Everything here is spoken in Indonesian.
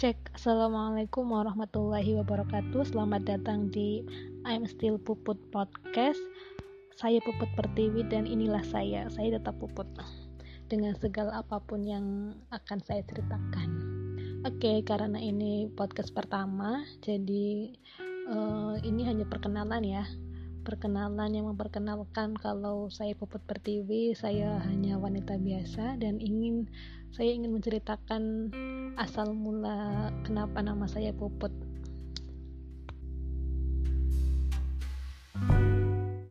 Cek, Assalamualaikum warahmatullahi wabarakatuh. Selamat datang di I'm Still Puput Podcast. Saya Puput Pertiwi dan inilah saya tetap Puput dengan segala apapun yang akan saya ceritakan. Oke, karena ini podcast pertama, jadi ini hanya perkenalan ya. Perkenalan yang memperkenalkan kalau saya Puput Pertiwi, saya hanya wanita biasa dan saya ingin menceritakan asal mula kenapa nama saya Puput.